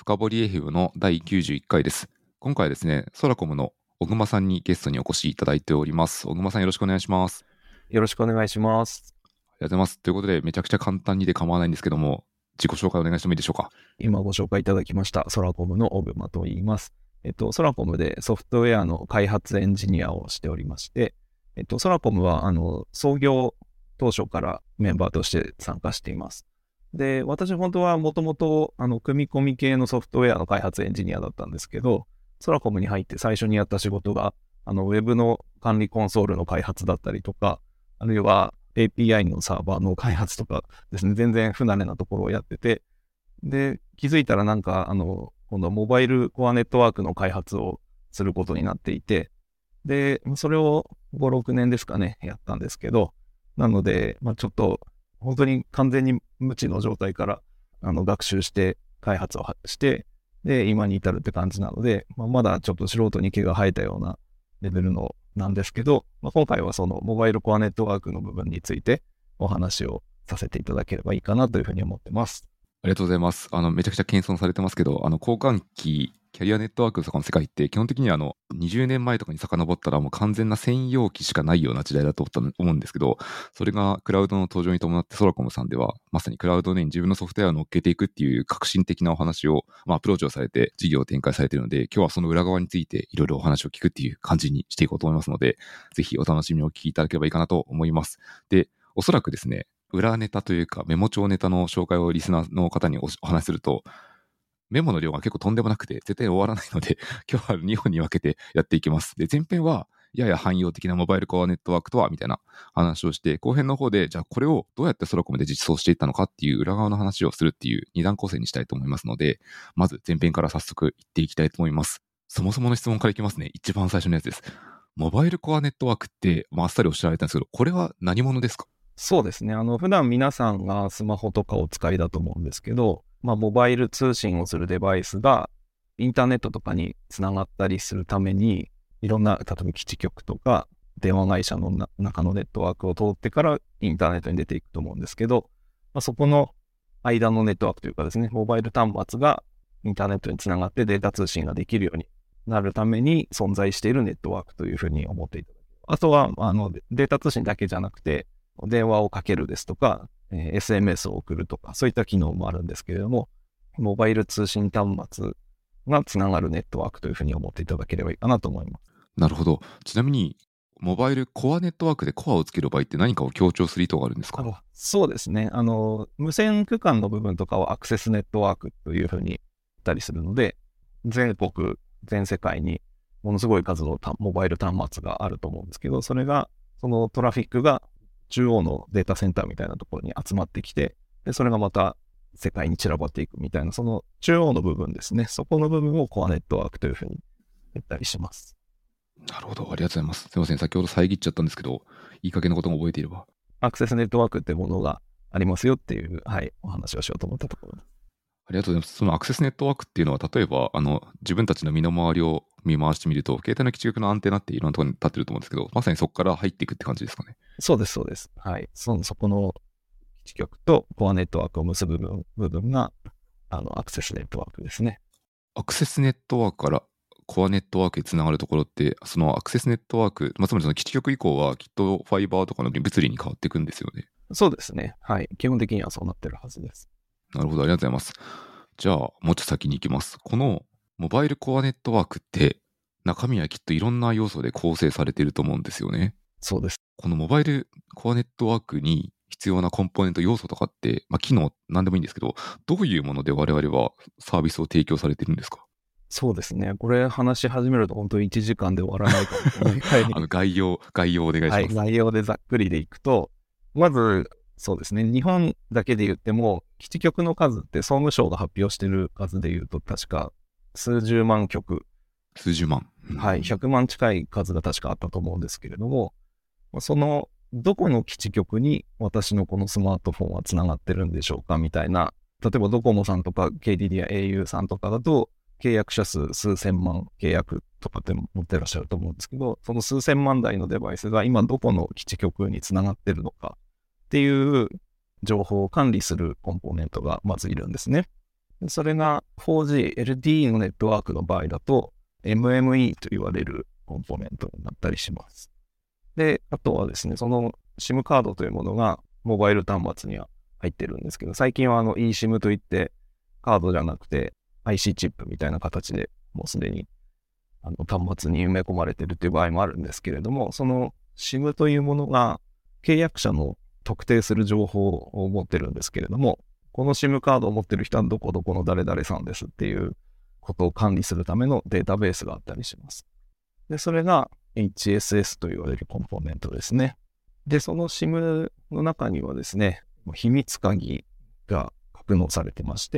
深掘り FM の第91回です。今回はですね、ソラコムの小熊さんにゲストにお越しいただいております。小熊さんよろしくお願いします。 よろしくお願いします。 ありがとうございます。ということで、めちゃくちゃ簡単にで構わないんですけども、自己紹介お願いしてもいいでしょうか。 今ご紹介いただきましたソラコムの小熊と言います。ソラコムでソフトウェアの開発エンジニアをしておりまして、ソラコムは創業当初からメンバーとして参加しています。で、私本当はもともと組み込み系のソフトウェアの開発エンジニアだったんですけど、ソラコムに入って最初にやった仕事がウェブの管理コンソールの開発だったりとか、あるいは API のサーバーの開発とかですね、全然不慣れなところをやってて、で、気づいたら今度モバイルコアネットワークの開発をすることになっていて、で、それを5、6年ですかね、やったんですけど、なので、ちょっと、本当に完全に無知の状態から、学習して、開発をして、で、今に至るって感じなので、まだちょっと素人に毛が生えたようなレベルのなんですけど、今回はそのモバイルコアネットワークの部分についてお話をさせていただければいいかなというふうに思ってます。 ありがとうございます。めちゃくちゃ謙遜されてますけど、交換機、キャリアネットワークとかの世界って、基本的には20年前とかに遡ったら、もう完全な専用機しかないような時代だと思うんですけど、それがクラウドの登場に伴って、ソラコムさんでは、まさにクラウドに自分のソフトウェアを乗っけていくっていう革新的なお話を、アプローチをされて、事業を展開されているので、今日はその裏側についていろいろお話を聞くっていう感じにしていこうと思いますので、ぜひお楽しみにお聞きいただければいいかなと思います。で、おそらくですね、裏ネタというかメモ帳ネタの紹介をリスナーの方にお話しすると、メモの量が結構とんでもなくて絶対終わらないので今日は2本に分けてやっていきます。で、前編はやや汎用的なモバイルコアネットワークとはみたいな話をして、後編の方でじゃあこれをどうやってソラコムで実装していったのかっていう裏側の話をするっていう2段構成にしたいと思いますので、まず前編から早速いっていきたいと思います。そもそもの質問からいきますね。一番最初のやつです。モバイルコアネットワークってあっさりおっしゃられたんですけど、これは何者ですか？ そうですね。普段皆さんがスマホとかお使いだと思うんですけど、モバイル通信をするデバイスがインターネットとかにつながったりするために、いろんな、例えば基地局とか電話会社の中のネットワークを通ってからインターネットに出ていくと思うんですけど、そこの間のネットワークというかですね、モバイル端末がインターネットにつながってデータ通信ができるようになるために存在しているネットワークというふうに思っていただける。あとは、データ通信だけじゃなくて、電話をかけるですとか、SMS を送るとか、そういった機能もあるんですけれども、モバイル通信端末がつながるネットワークというふうに思っていただければいいかなと思います。 なるほど。ちなみに、モバイルコアネットワークでコアをつける場合って何かを強調する意図があるんですか？ そうですね。無線区間の部分とかをアクセスネットワークというふうに言ったりするので、全国、全世界にものすごい数のモバイル端末があると思うんですけど、そのトラフィックが中央のデータセンターみたいなところに集まってきて、で、それがまた世界に散らばっていくみたいな、その中央の部分ですね。そこの部分をコアネットワークというふうに言ったりします。 なるほど。ありがとうございます。すいません。先ほど遮っちゃったんですけど、いい加減のことも覚えていれば。 アクセスネットワークってものがありますよっていう、お話をしようと思ったところです。 ありがとうございます。そのアクセスネットワークっていうのは、例えば、自分たちの身の回りを見回してみると、携帯の基地局のアンテナっていろんなところに立ってると思うんですけど、まさにそこから入っていくって感じですかね。 そうです、そうです。そこの基地局とコアネットワークを結ぶ部分が、アクセスネットワークですね。 アクセスネットワークからコアネットワークにつながるところって、そのアクセスネットワーク、つまりその基地局以降はきっとファイバーとかの物理に変わっていくんですよね。 そうですね。基本的にはそうなってるはずです。 なるほど、ありがとうございます。じゃあ、もうちょっと先に行きます。このモバイルコアネットワークって、中身はきっといろんな要素で構成されていると思うんですよね。 そうです。 このモバイルコアネットワークに必要なコンポーネント要素とかって、機能なんでもいいんですけど、どういうもので我々はサービスを提供されているんですか？ そうですね。これ話し始めると本当に1時間で終わらないかもしれない概要お願いします。 概要でざっくりでいくと、まず、そうですね。日本だけで言っても、基地局の数って総務省が発表している数で言うと、確か数十万局。 数十万。 100万近い数が確かあったと思うんですけれども、その、どこの基地局に私のこのスマートフォンはつながってるんでしょうかみたいな、例えばドコモさんとか KDD や au さんとかだと、契約者数数千万契約とかって持ってらっしゃると思うんですけど、その数千万台のデバイスが今どこの基地局につながってるのかっていう情報を管理するコンポーネントがまずいるんですね。 それが 4G、LTE のネットワークの場合だと、MME と言われるコンポーネントになったりします。で、あとはですね、その SIM カードというものがモバイル端末には入ってるんですけど、最近はeSIM といってカードじゃなくて IC チップみたいな形でもうすでに端末に埋め込まれているという場合もあるんですけれども、その SIM というものが契約者の特定する情報を持ってるんですけれども、この SIM カードを持ってる人はどこどこの誰々さんですっていうことを管理するためのデータベースがあったりします。で、それが HSS と言われるコンポーネントですね。で、その SIM の中にはですね、秘密鍵が格納されてまして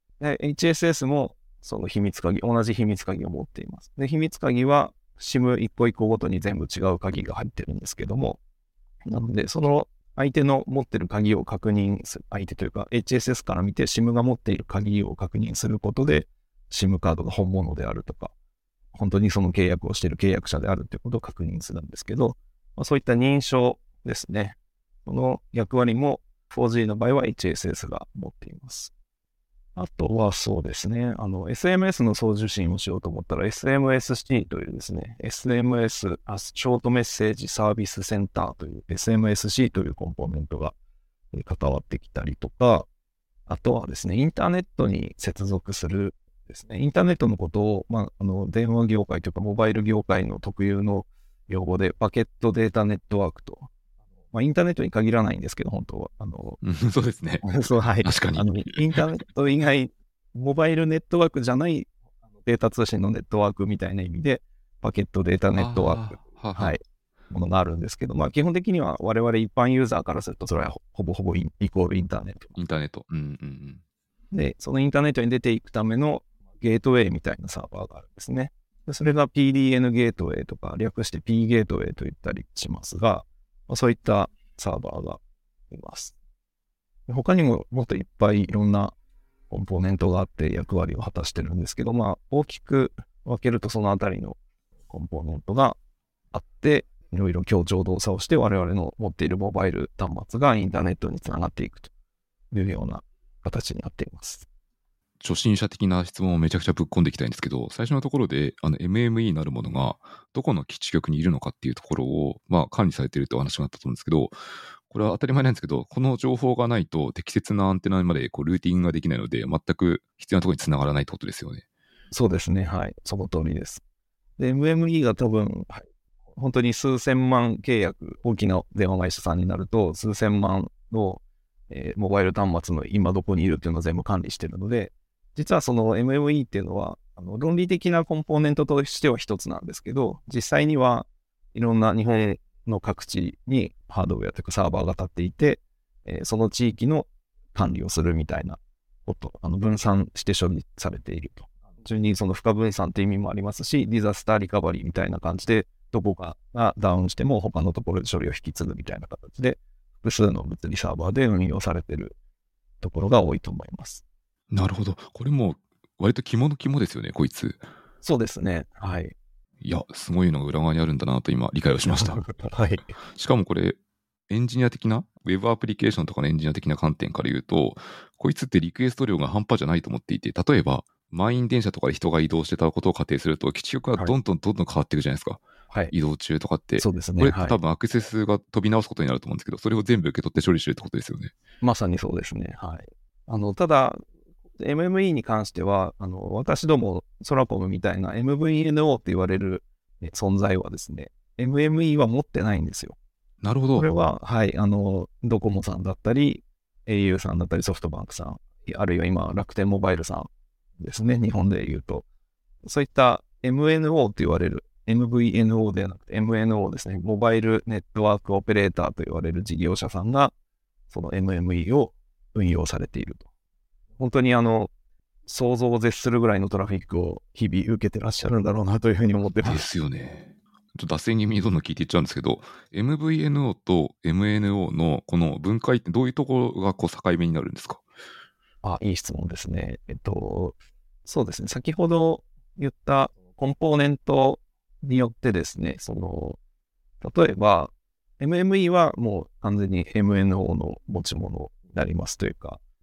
、HSS もその秘密鍵、同じ秘密鍵を持っています。で、秘密鍵は SIM 一個一個ごとに全部違う鍵が入ってるんですけども、なので、その相手の持ってる鍵を確認する、相手というか HSS から見て SIM が持っている鍵を確認することで、SIM カードが本物であるとか、本当にその契約をしている契約者であるということを確認するんですけど、そういった認証ですね。その役割も 4G の場合は HSS が持っています。あとはそうですね。SMS の送受信をしようと思ったら SMSC というですね、SMS、ショートメッセージサービスセンターという SMSC というコンポーネントが関わってきたりとか、あとはですね、インターネットに接続するですね、インターネットのことを、電話業界というかモバイル業界の特有の用語でパケットデータネットワークと、インターネットに限らないんですけど、本当は。 そうですね。 そう、はい。 確かに。 インターネット以外、モバイルネットワークじゃないデータ通信のネットワークみたいな意味で、パケットデータネットワーク、はい、ものがあるんですけど、基本的には我々一般ユーザーからすると、それはほぼほぼイコールインターネット。 インターネット。 で、そのインターネットに出ていくためのゲートウェイみたいなサーバーがあるんですね。でそれが PDN ゲートウェイとか、略して P ゲートウェイと言ったりしますが、そういったサーバーがいます。他にももっといっぱいいろんなコンポーネントがあって役割を果たしてるんですけど、大きく分けるとそのあたりのコンポーネントがあって、いろいろ協調動作をして我々の持っているモバイル端末がインターネットにつながっていくというような形になっています。 初心者的な質問をめちゃくちゃぶっ込んでいきたいんですけど、最初のところでMME なるものがどこの基地局にいるのかっていうところを、管理されているという話があったと思うんですけど、これは当たり前なんですけど、この情報がないと適切なアンテナまでルーティングができないので、全く必要なところにつながらないってことですよね。 そうですね。はい。その通りです。で、MME が多分、本当に数千万契約、大きな電話会社さんになると、数千万の、モバイル端末の今どこにいるっていうのを全部管理しているので、実はその MME っていうのは、論理的なコンポーネントとしては一つなんですけど、実際にはいろんな日本の各地にハードウェアというかサーバーが立っていて、その地域の管理をするみたいなこと、分散して処理されていると。順にその負荷分散って意味もありますし、ディザスターリカバリーみたいな感じで、どこかがダウンしても他のところで処理を引き継ぐみたいな形で、複数の物理サーバーで運用されているところが多いと思います。 なるほど。これも割と肝の肝ですよね、こいつ。 そうですね。はい。 いや、すごいのが裏側にあるんだなと今理解をしました。 はい。 しかもこれ、エンジニア的な、ウェブアプリケーションとかのエンジニア的な観点から言うと、こいつってリクエスト量が半端じゃないと思っていて、例えば、満員電車とかで人が移動してたことを仮定すると、基地局がどんどん変わっていくじゃないですか。はい、移動中とかって。 そうですね。 これって多分アクセスが飛び直すことになると思うんですけど、それを全部受け取って処理してるってことですよね。 まさにそうですね。はい。ただ、MME に関しては、私ども、ソラコムみたいな MVNO って言われる存在はですね、MME は持ってないんですよ。 なるほど。 これは、はい、ドコモさんだったり、au さんだったり、ソフトバンクさん、あるいは今、楽天モバイルさんですね、日本で言うと。そういった MNO と言われる、MVNO ではなくて MNO ですね、モバイルネットワークオペレーターと言われる事業者さんが、その MME を運用されていると。本当に想像を絶するぐらいのトラフィックを日々受けてらっしゃるんだろうなというふうに思ってます。 ですよね。ちょっと脱線気味にどんどん聞いていっちゃうんですけど、MVNO と MNO のこの分解ってどういうところが境目になるんですか？ いい質問ですね。そうですね。先ほど言ったコンポーネントによってですね、例えば、MME はもう完全に MNO の持ち物になりますというか、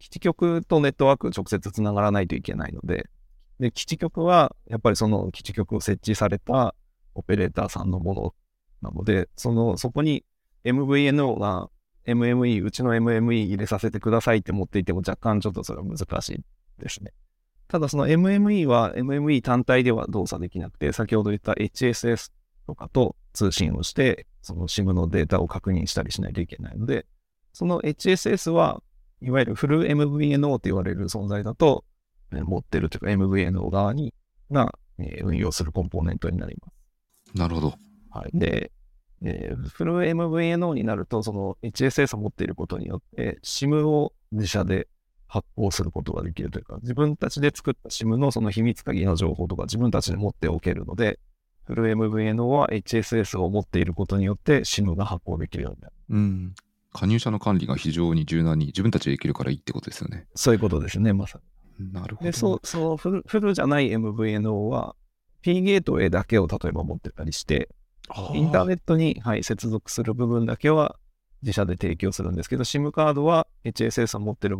基地局とネットワーク直接つながらないといけないので、で、基地局はやっぱりその基地局を設置されたオペレーターさんのものなので、そこに MVNO が MME、うちの MME 入れさせてくださいって持っていても若干ちょっとそれは難しいですね。ただその MME は MME 単体では動作できなくて、先ほど言った HSS とかと通信をして、その SIM のデータを確認したりしないといけないので、その HSS はいわゆるフル MVNO と言われる存在だと、持ってるというか MVNO 側が運用するコンポーネントになります。 なるほど。 はい。で、フル MVNO になると、その HSS を持っていることによって、SIM を自社で発行することができるというか、自分たちで作った SIM のその秘密鍵の情報とか自分たちで持っておけるので、フル MVNO は HSS を持っていることによって SIM が発行できるようになる。 うん。加入者の管理が非常に柔軟に自分たちでできるからいいってことですよね。 そういうことですね、まさに。 なるほど。 で、そのフルじゃない MVNO は P ゲートウェイだけを例えば持ってたりして、インターネットに、接続する部分だけは自社で提供するんですけど、SIM カードは HSS を持ってる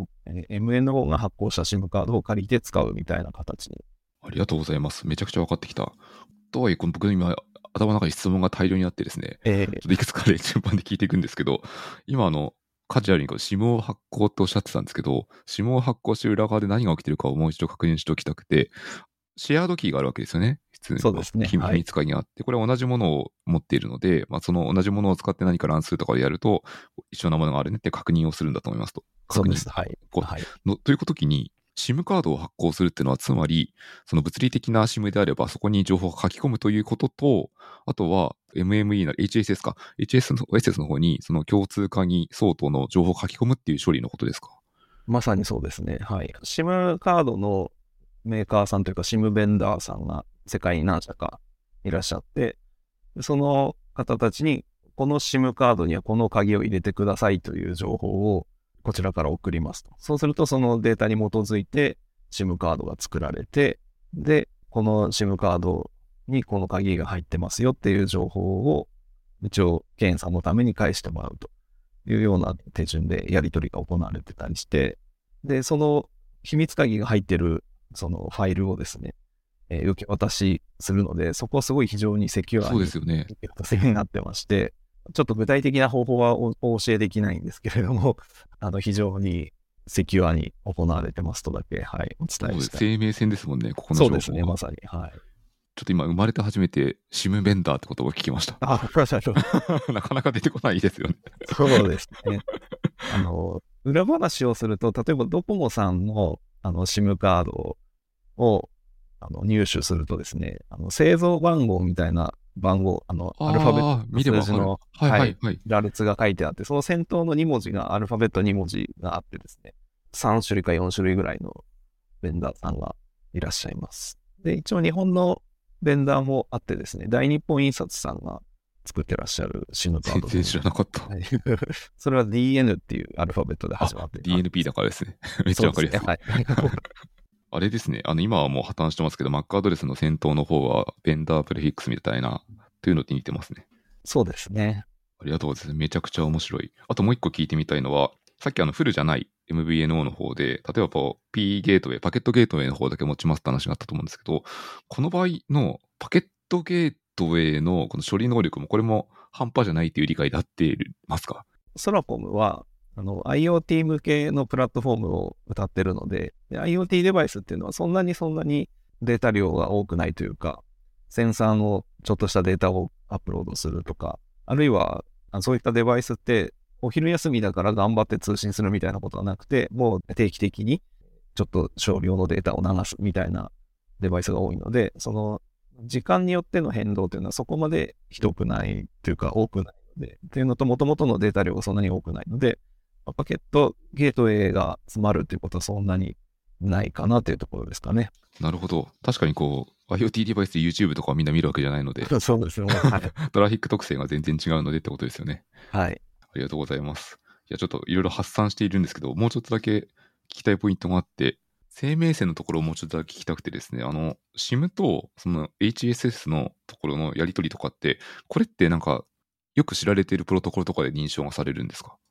MNO が発行した SIM カードを借りて使うみたいな形に。 ありがとうございます。めちゃくちゃ分かってきた。とはいえ、僕今、頭の中に質問が大量にあってですね、ちょっといくつかで順番で聞いていくんですけど、今カジュアルにSIM を発行っておっしゃってたんですけど、SIM を発行して裏側で何が起きてるかをもう一度確認しておきたくて、シェアードキーがあるわけですよね。普通に。 そうですね。 秘密鍵があって、これは同じものを持っているので、その同じものを使って何か乱数とかをやると、一緒なものがあるねって確認をするんだと思いますと。 そうです。はい。 という時に、SIM カードを発行するっていうのは、つまり、その物理的な SIM であれば、そこに情報を書き込むということと、あとは MME なり HSS か、HSS の方にその共通鍵相当の情報を書き込むっていう処理のことですか？ まさにそうですね。はい。SIM カードのメーカーさんというか SIM ベンダーさんが世界に何社かいらっしゃって、その方たちにこの SIM カードにはこの鍵を入れてくださいという情報をこちらから送りますと。そうするとそのデータに基づいて SIM カードが作られて、で、この SIM カードにこの鍵が入ってますよっていう情報を一応検査のために返してもらうというような手順でやり取りが行われてたりして、で、その秘密鍵が入ってるそのファイルをですね、受け渡しするので、そこはすごい非常にセキュアに受け渡せになってまして、ちょっと具体的な方法はお教えできないんですけれども、非常にセキュアに行われてますとだけ、はい、お伝えしたい。 生命線ですもんね、ここの情報が。 そうですね、まさに。はい。 ちょっと今生まれて初めて SIM ベンダーって言葉を聞きました。なかなか出てこないですよね。 そうですね。裏話をすると、例えばドコモさんのSIM カードを入手するとですね、製造番号みたいな番号、アルファベットの数字の、羅列が書いてあって、その先頭の2文字がアルファベット2文字があってですね、3種類か4種類ぐらいのベンダーさんがいらっしゃいます。で、一応日本のベンダーもあってですね、大日本印刷さんが作ってらっしゃる SIM カード。 全然知らなかった。 それは DN っていうアルファベットで始まっています。 DNP だからですね。めっちゃわかりやすい。あれですね、今はもう破綻してますけど、Mac アドレスの先頭の方は、ベンダープレフィックスみたいな、というのに似てますね。 そうですね。 ありがとうございます。めちゃくちゃ面白い。あともう一個聞いてみたいのは、さっきフルじゃない MVNO の方で、例えばP ゲートウェイ、パケットゲートウェイの方だけ持ちますって話があったと思うんですけど、この場合のパケットゲートウェイのこの処理能力も、これも半端じゃないという理解で合っていますか？ ソラコムは、IoT 向けのプラットフォームを謳ってるので、IoT デバイスっていうのはそんなにデータ量が多くないというか、センサーのちょっとしたデータをアップロードするとか、あるいはそういったデバイスってお昼休みだから頑張って通信するみたいなことはなくて、もう定期的にちょっと少量のデータを流すみたいなデバイスが多いので、その時間によっての変動というのはそこまでひどくないというか多くないので、っていうのと元々のデータ量がそんなに多くないので、パケットゲートウェイが詰まるということはそんなにないかなというところですかね。 なるほど。確かにIoT デバイスで YouTube とかはみんな見るわけじゃないので、 そうですね。 トラフィック特性が全然違うのでってことですよね。 はい。 ありがとうございます。いや、ちょっといろいろ発散しているんですけど、もうちょっとだけ聞きたいポイントがあって、生命線のところをもうちょっとだけ聞きたくてですね、SIM とその HSS のところのやり取りとかって、これってなんか、よく知られているプロトコルとかで認証がされるんですか？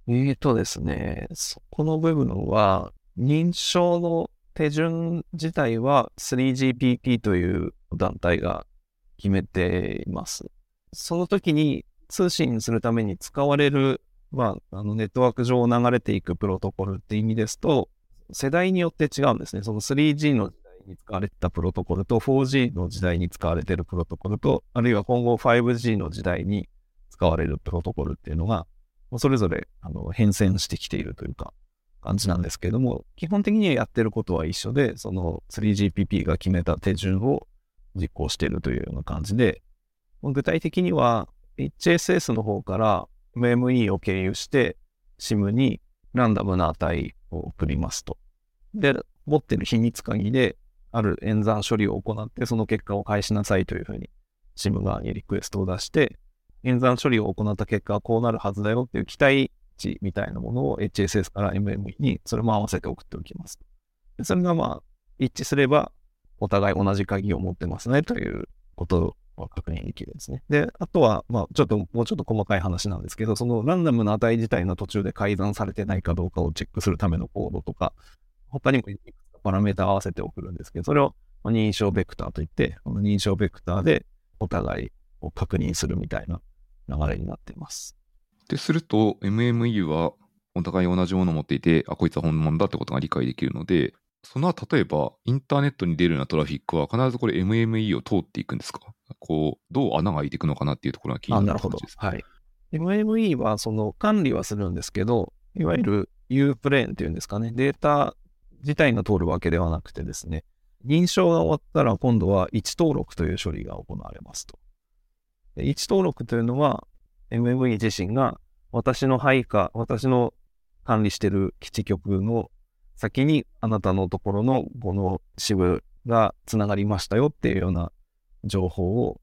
ですね、そこの部分は、認証の手順自体は 3GPP という団体が決めています。その時に通信するために使われる、ネットワーク上を流れていくプロトコルって意味ですと、世代によって違うんですね。その 3G の時代に使われてたプロトコルと 4G の時代に使われているプロトコルと、あるいは今後 5G の時代に使われるプロトコルっていうのが、それぞれ変遷してきているというか、感じなんですけれども、基本的にはやってることは一緒で、その 3GPP が決めた手順を実行しているというような感じで、具体的には HSS の方から MME を経由して SIM にランダムな値を送りますと。で、持ってる秘密鍵である演算処理を行って、その結果を返しなさいというふうに SIM 側にリクエストを出して、演算処理を行った結果はこうなるはずだよっていう期待値みたいなものを HSS から MME にそれも合わせて送っておきます。でそれが一致すればお互い同じ鍵を持ってますねということを確認できるんですね。で、あとは、もうちょっと細かい話なんですけど、そのランダムな値自体の途中で改ざんされてないかどうかをチェックするためのコードとか、他にもいくつかパラメータを合わせて送るんですけど、それを認証ベクターといって、この認証ベクターでお互いを確認するみたいな流れになっています。 ですると、MME はお互い同じものを持っていて、こいつは本物だってことが理解できるので、その例えば、インターネットに出るようなトラフィックは必ずこれ MME を通っていくんですか？どう穴が開いていくのかなっていうところが気になる感じです。 はい。MME はその管理はするんですけど、いわゆる U プレーンっていうんですかね、データ自体が通るわけではなくてですね、認証が終わったら今度は位置登録という処理が行われますと。位置登録というのは MME 自身が私の管理している基地局の先にあなたのところのこの支部がつながりましたよっていうような情報を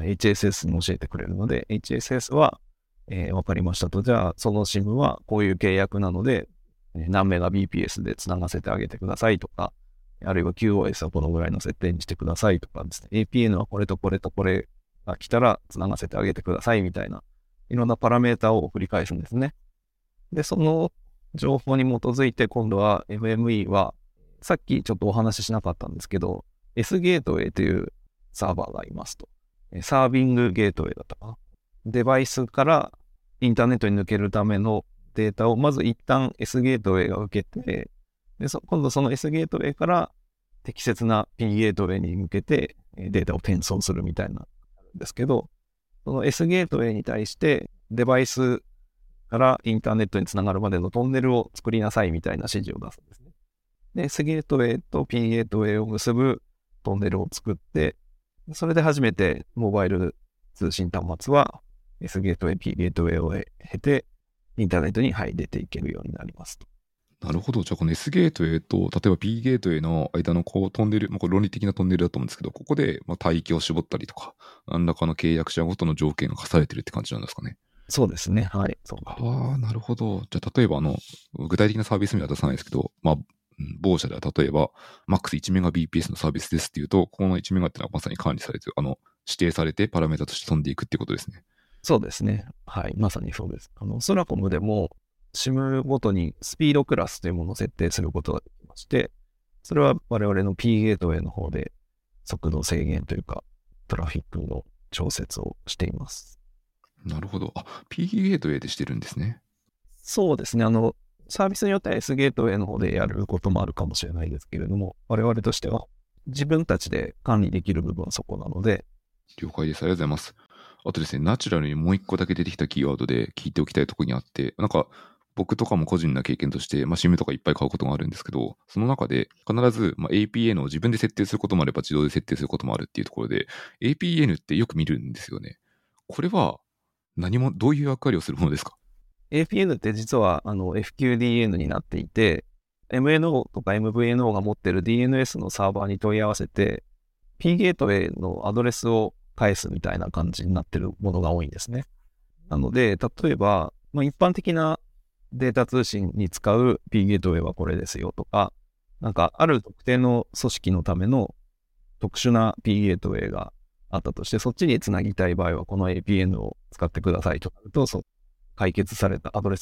HSS に教えてくれるので、HSS は、わかりましたと。じゃあ、その SIM はこういう契約なので、何メガ BPS でつながせてあげてくださいとか、あるいは QoS はこのぐらいの設定にしてくださいとかですね、APN はこれとこれとこれが来たらつながせてあげてくださいみたいな、いろんなパラメータを繰り返すんですね。で、その情報に基づいて今度は MME は、さっきちょっとお話ししなかったんですけど、S ゲートウェイというサーバーがありますと。サービングゲートウェイだったかな。デバイスからインターネットに抜けるためのデータをまず一旦 S ゲートウェイが受けて、で今度その S ゲートウェイから適切な P ゲートウェイに向けてデータを転送するみたいなんですけど、その S ゲートウェイに対してデバイスからインターネットにつながるまでのトンネルを作りなさいみたいな指示を出すんですね。で、S ゲートウェイと P ゲートウェイを結ぶトンネルを作って、それで初めてモバイル通信端末は S ゲートウェイ、P ゲートウェイを経て、インターネットに出ていけるようになりますと。 なるほど。じゃあこの S ゲートウェイと、例えば P ゲートウェイの間のトンネル、これ論理的なトンネルだと思うんですけど、ここで帯域を絞ったりとか、何らかの契約者ごとの条件が課されてるって感じなんですかね。 そうですね。はい。 なるほど。じゃあ例えば具体的なサービス名は出さないですけど、某社では例えば、MAX1 メガ BPS のサービスですっていうと、この1メガってのはまさに管理されて、指定されてパラメータとして飛んでいくっていうことですね。 そうですね。はい。まさにそうです。ソラコムでも、SIM ごとにスピードクラスというものを設定することができまして、それは我々の P ゲートウェイの方で速度制限というか、トラフィックの調節をしています。 なるほど。P ゲートウェイでしてるんですね。 そうですね。サービスによっては S ゲートウェイの方でやることもあるかもしれないですけれども、我々としては自分たちで管理できる部分はそこなので。 了解です。ありがとうございます。あとですね、ナチュラルにもう一個だけ出てきたキーワードで聞いておきたいところにあって、僕とかも個人な経験として、SIM とかいっぱい買うことがあるんですけど、その中で必ず、APN を自分で設定することもあれば自動で設定することもあるっていうところで、APN ってよく見るんですよね。これはどういう役割をするものですか？ APN って実はFQDN になっていて、MNO とか MVNO が持ってる DNS のサーバーに問い合わせて、P ゲートウェイのアドレスを返すみたいな感じになってるものが多いんですね。なので、例えば、一般的なデータ通信に使う P ゲートウェイはこれですよとか、ある特定の組織のための特殊な P ゲートウェイがあったとして、そっちにつなぎたい場合はこの APN を使ってくださいとなると、解決されたアドレス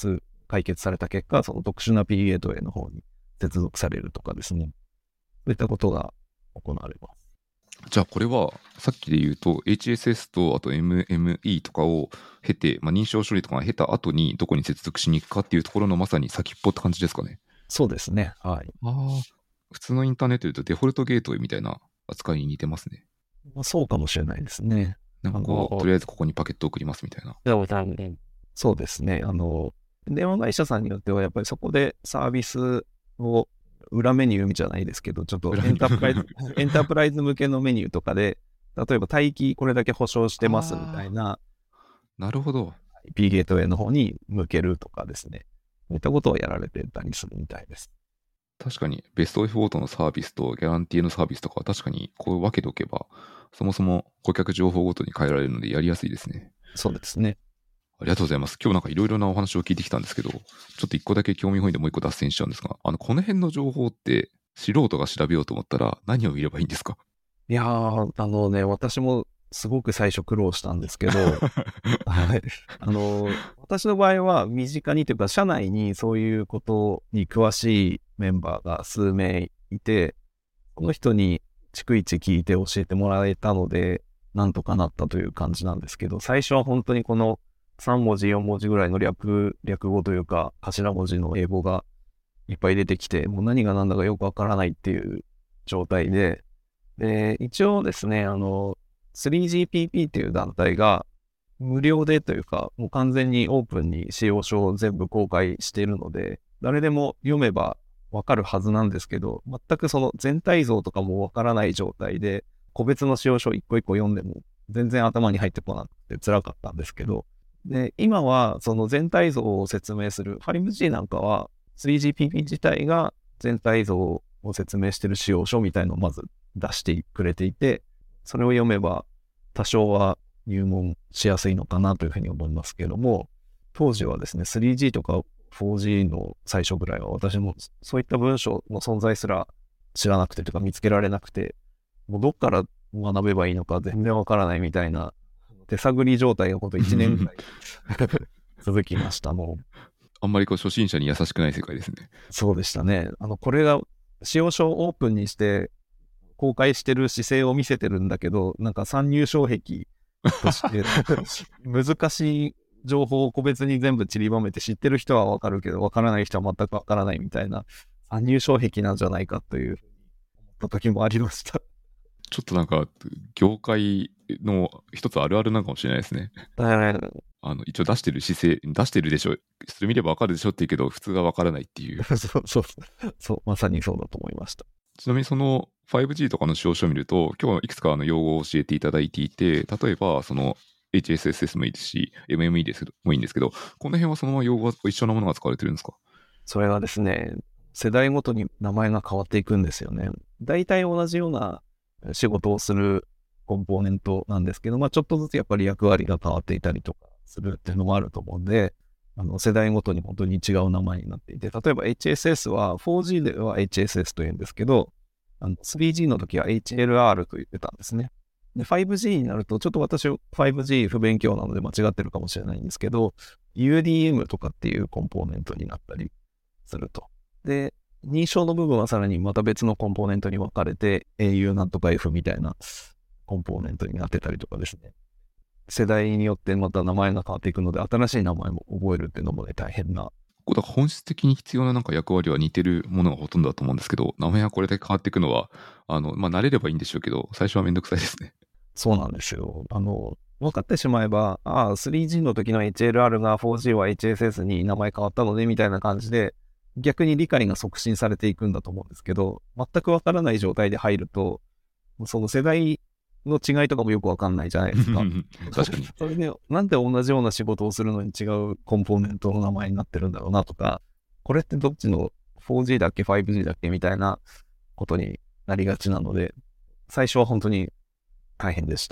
解決された結果、その特殊な P ゲートウェイの方に接続されるとかですね。そういったことが行われます。 じゃあこれはさっきで言うと HSS とあと MME とかを経て、認証処理とかが経た後にどこに接続しに行くかっていうところのまさに先っぽって感じですかね。 そうですね。はい。 普通のインターネットで言うとデフォルトゲートウェイみたいな扱いに似てますね。 そうかもしれないですね。 なんかとりあえずここにパケット送りますみたいな。 そうですね。電話会社さんによってはやっぱりそこでサービスを裏メニューじゃないですけど、ちょっとエンタープライズ向けのメニューとかで、例えば待機これだけ保証してますみたいな。 なるほど。 P ゲートウェイの方に向けるとかですね。そういったことをやられてたりするみたいです。 確かにベストエフォートのサービスとギャランティーのサービスとかは確かにこう分けておけば、そもそも顧客情報ごとに変えられるのでやりやすいですね。 そうですね。 ありがとうございます。今日なんかいろいろなお話を聞いてきたんですけど、ちょっと一個だけ興味本位でもう一個脱線しちゃうんですが、この辺の情報って素人が調べようと思ったら何を見ればいいんですか？ いやー、私もすごく最初苦労したんですけど、はい。私の場合は身近にというか、社内にそういうことに詳しいメンバーが数名いて、この人に逐一聞いて教えてもらえたので、なんとかなったという感じなんですけど、最初は本当にこの3文字、4文字ぐらいの略語というか、頭文字の英語がいっぱい出てきて、もう何が何だかよくわからないっていう状態で、一応ですね、3GPP っていう団体が無料でというか、もう完全にオープンに使用書を全部公開しているので、誰でも読めばわかるはずなんですけど、全くその全体像とかもわからない状態で、個別の使用書一個一個読んでも全然頭に入ってこなくて辛かったんですけど、で、今はその全体像を説明する 5G なんかは 3GPP 自体が全体像を説明している使用書みたいのをまず出してくれていて、それを読めば多少は入門しやすいのかなというふうに思いますけれども、当時はですね、3G とか 4G の最初ぐらいは私もそういった文章の存在すら知らなくてとか見つけられなくて、もうどっから学べばいいのか全然わからないみたいな手探り状態のこと1年ぐらい続きました。もうあんまりこう初心者に優しくない世界ですね。 そうでしたね。これが使用書をオープンにして公開してる姿勢を見せてるんだけど、なんか参入障壁として難しい情報を個別に全部散りばめて知ってる人はわかるけど、わからない人は全くわからないみたいな参入障壁なんじゃないかというふうに思った時もありました。 ちょっとなんか業界の一つあるあるなのかもしれないですね。一応出してる姿勢、出してるでしょ、それ見ればわかるでしょって言うけど、普通はわからないっていう。 そう、まさにそうだと思いました。 ちなみにその 5G とかの使用書を見ると、今日いくつか用語を教えていただいていて、例えばその HSSS もいいですし、MME もいいんですけど、この辺はそのまま用語が一緒なものが使われてるんですか？ それはですね、世代ごとに名前が変わっていくんですよね。大体同じような仕事をするコンポーネントなんですけど、ちょっとずつやっぱり役割が変わっていたりとかするっていうのもあると思うんで、世代ごとに本当に違う名前になっていて、例えば HSS は 4G では HSS と言うんですけど、3G の時は HLR と言ってたんですね。で、5G になると、ちょっと私 5G 不勉強なので間違ってるかもしれないんですけど、UDM とかっていうコンポーネントになったりすると。で、認証の部分はさらにまた別のコンポーネントに分かれて、au なんとか F みたいなコンポーネントになってたりとかですね。世代によってまた名前が変わっていくので、新しい名前も覚えるっていうのもね、大変な。 だから本質的に必要ななんか役割は似てるものがほとんどだと思うんですけど、名前がこれだけ変わっていくのは、慣れればいいんでしょうけど、最初はめんどくさいですね。 そうなんですよ。分かってしまえば、3G の時の HLR が 4G は HSS に名前変わったので、みたいな感じで、逆に理解が促進されていくんだと思うんですけど、全くわからない状態で入ると、その世代の違いとかもよくわかんないじゃないですか。 確かに。 それで、なんで同じような仕事をするのに違うコンポーネントの名前になってるんだろうなとか、これってどっちの 4G だっけ 5G だっけみたいなことになりがちなので、最初は本当に大変でした。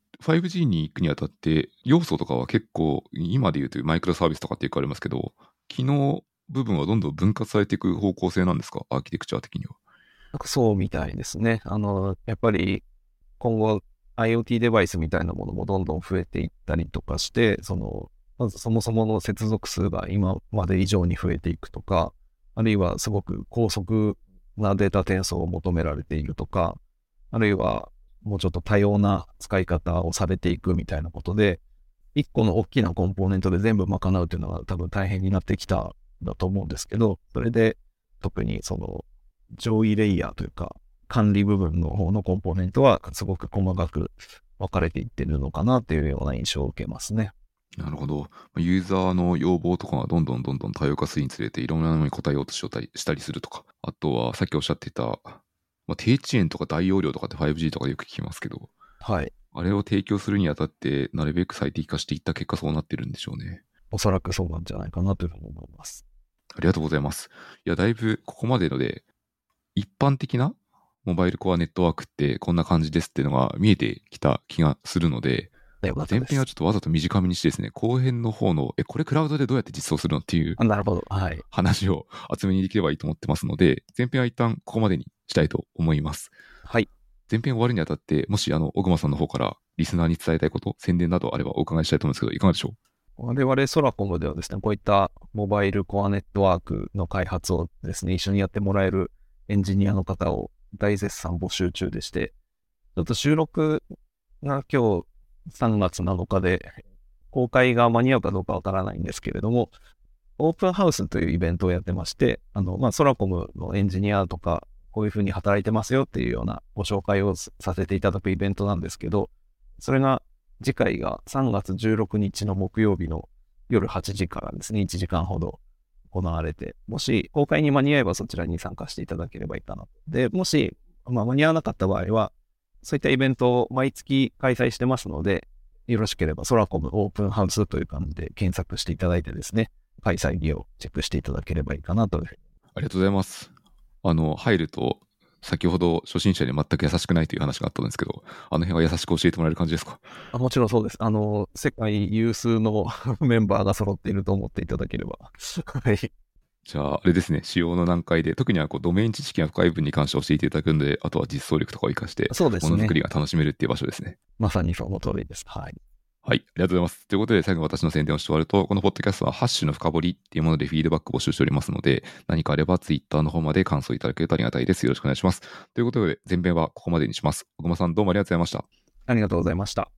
5G に行くにあたって、要素とかは結構、今で言うとマイクロサービスとかってよくありますけど、機能部分はどんどん分割されていく方向性なんですか？アーキテクチャ的には。 なんかそうみたいですね。やっぱり今後 IoT デバイスみたいなものもどんどん増えていったりとかして、そのまずそもそもの接続数が今まで以上に増えていくとか、あるいはすごく高速なデータ転送を求められているとか、あるいはもうちょっと多様な使い方をされていくみたいなことで、一個の大きなコンポーネントで全部賄うというのが多分大変になってきたんだと思うんですけど、それで特にその上位レイヤーというか管理部分の方のコンポーネントはすごく細かく分かれていってるのかなというような印象を受けますね。 なるほど。ユーザーの要望とかがどんどん多様化するにつれて、いろんなものに応えようとしたりするとか、あとはさっきおっしゃっていた、低遅延とか大容量とかって 5G とかでよく聞きますけど、 はい。 あれを提供するにあたって、なるべく最適化していった結果、そうなってるんでしょうね。 おそらくそうなんじゃないかなというふうに思います。 ありがとうございます。いや、だいぶここまでので、一般的なモバイルコアネットワークってこんな感じですっていうのが見えてきた気がするので、 よかったです。 前編はちょっとわざと短めにしてですね、後編の方の、これクラウドでどうやって実装するのっていうなるほど。はい。 話を厚めにできればいいと思ってますので、前編は一旦ここまでにしたいと思います。 はい。 前編終わるにあたって、もし小熊さんの方からリスナーに伝えたいこと、宣伝などあればお伺いしたいと思うんですけど、いかがでしょ我々ソラコムではですね、こういったモバイルコアネットワークの開発をですね、一緒にやってもらえるエンジニアの方を大絶賛募集中でして、ちょっと収録が今日3月7日で、公開が間に合うかどうかわからないんですけれども、オープンハウスというイベントをやってまして、ソラコムのエンジニアとか、こういうふうに働いてますよっていうようなご紹介をさせていただくイベントなんですけど、それが次回が3月16日の木曜日の夜8時からですね、1時間ほど行われて、もし公開に間に合えばそちらに参加していただければいいかな。で、もし、間に合わなかった場合は、そういったイベントを毎月開催してますので、よろしければソラコムオープンハウスという感じで検索していただいてですね、開催日をチェックしていただければいいかなというふうに。 ありがとうございます。入ると、先ほど初心者に全く優しくないという話があったんですけど、あの辺は優しく教えてもらえる感じですか？ もちろんそうです。世界有数のメンバーが揃っていると思っていただければ。はい。 じゃあ、あれですね、仕様の段階で、特にはドメイン知識が深い分に関して教えていただくので、あとは実装力とかを活かして、 そうですね。 ものづくりが楽しめるっていう場所ですね。 まさにその通りです。はい。 はい、ありがとうございます。ということで、最後私の宣伝をして終わると、このポッドキャストはハッシュの深掘りっていうものでフィードバック募集しておりますので、何かあればツイッターの方まで感想いただけるとありがたいです。よろしくお願いします。ということで、前編はここまでにします。小熊さんどうもありがとうございました。 ありがとうございました。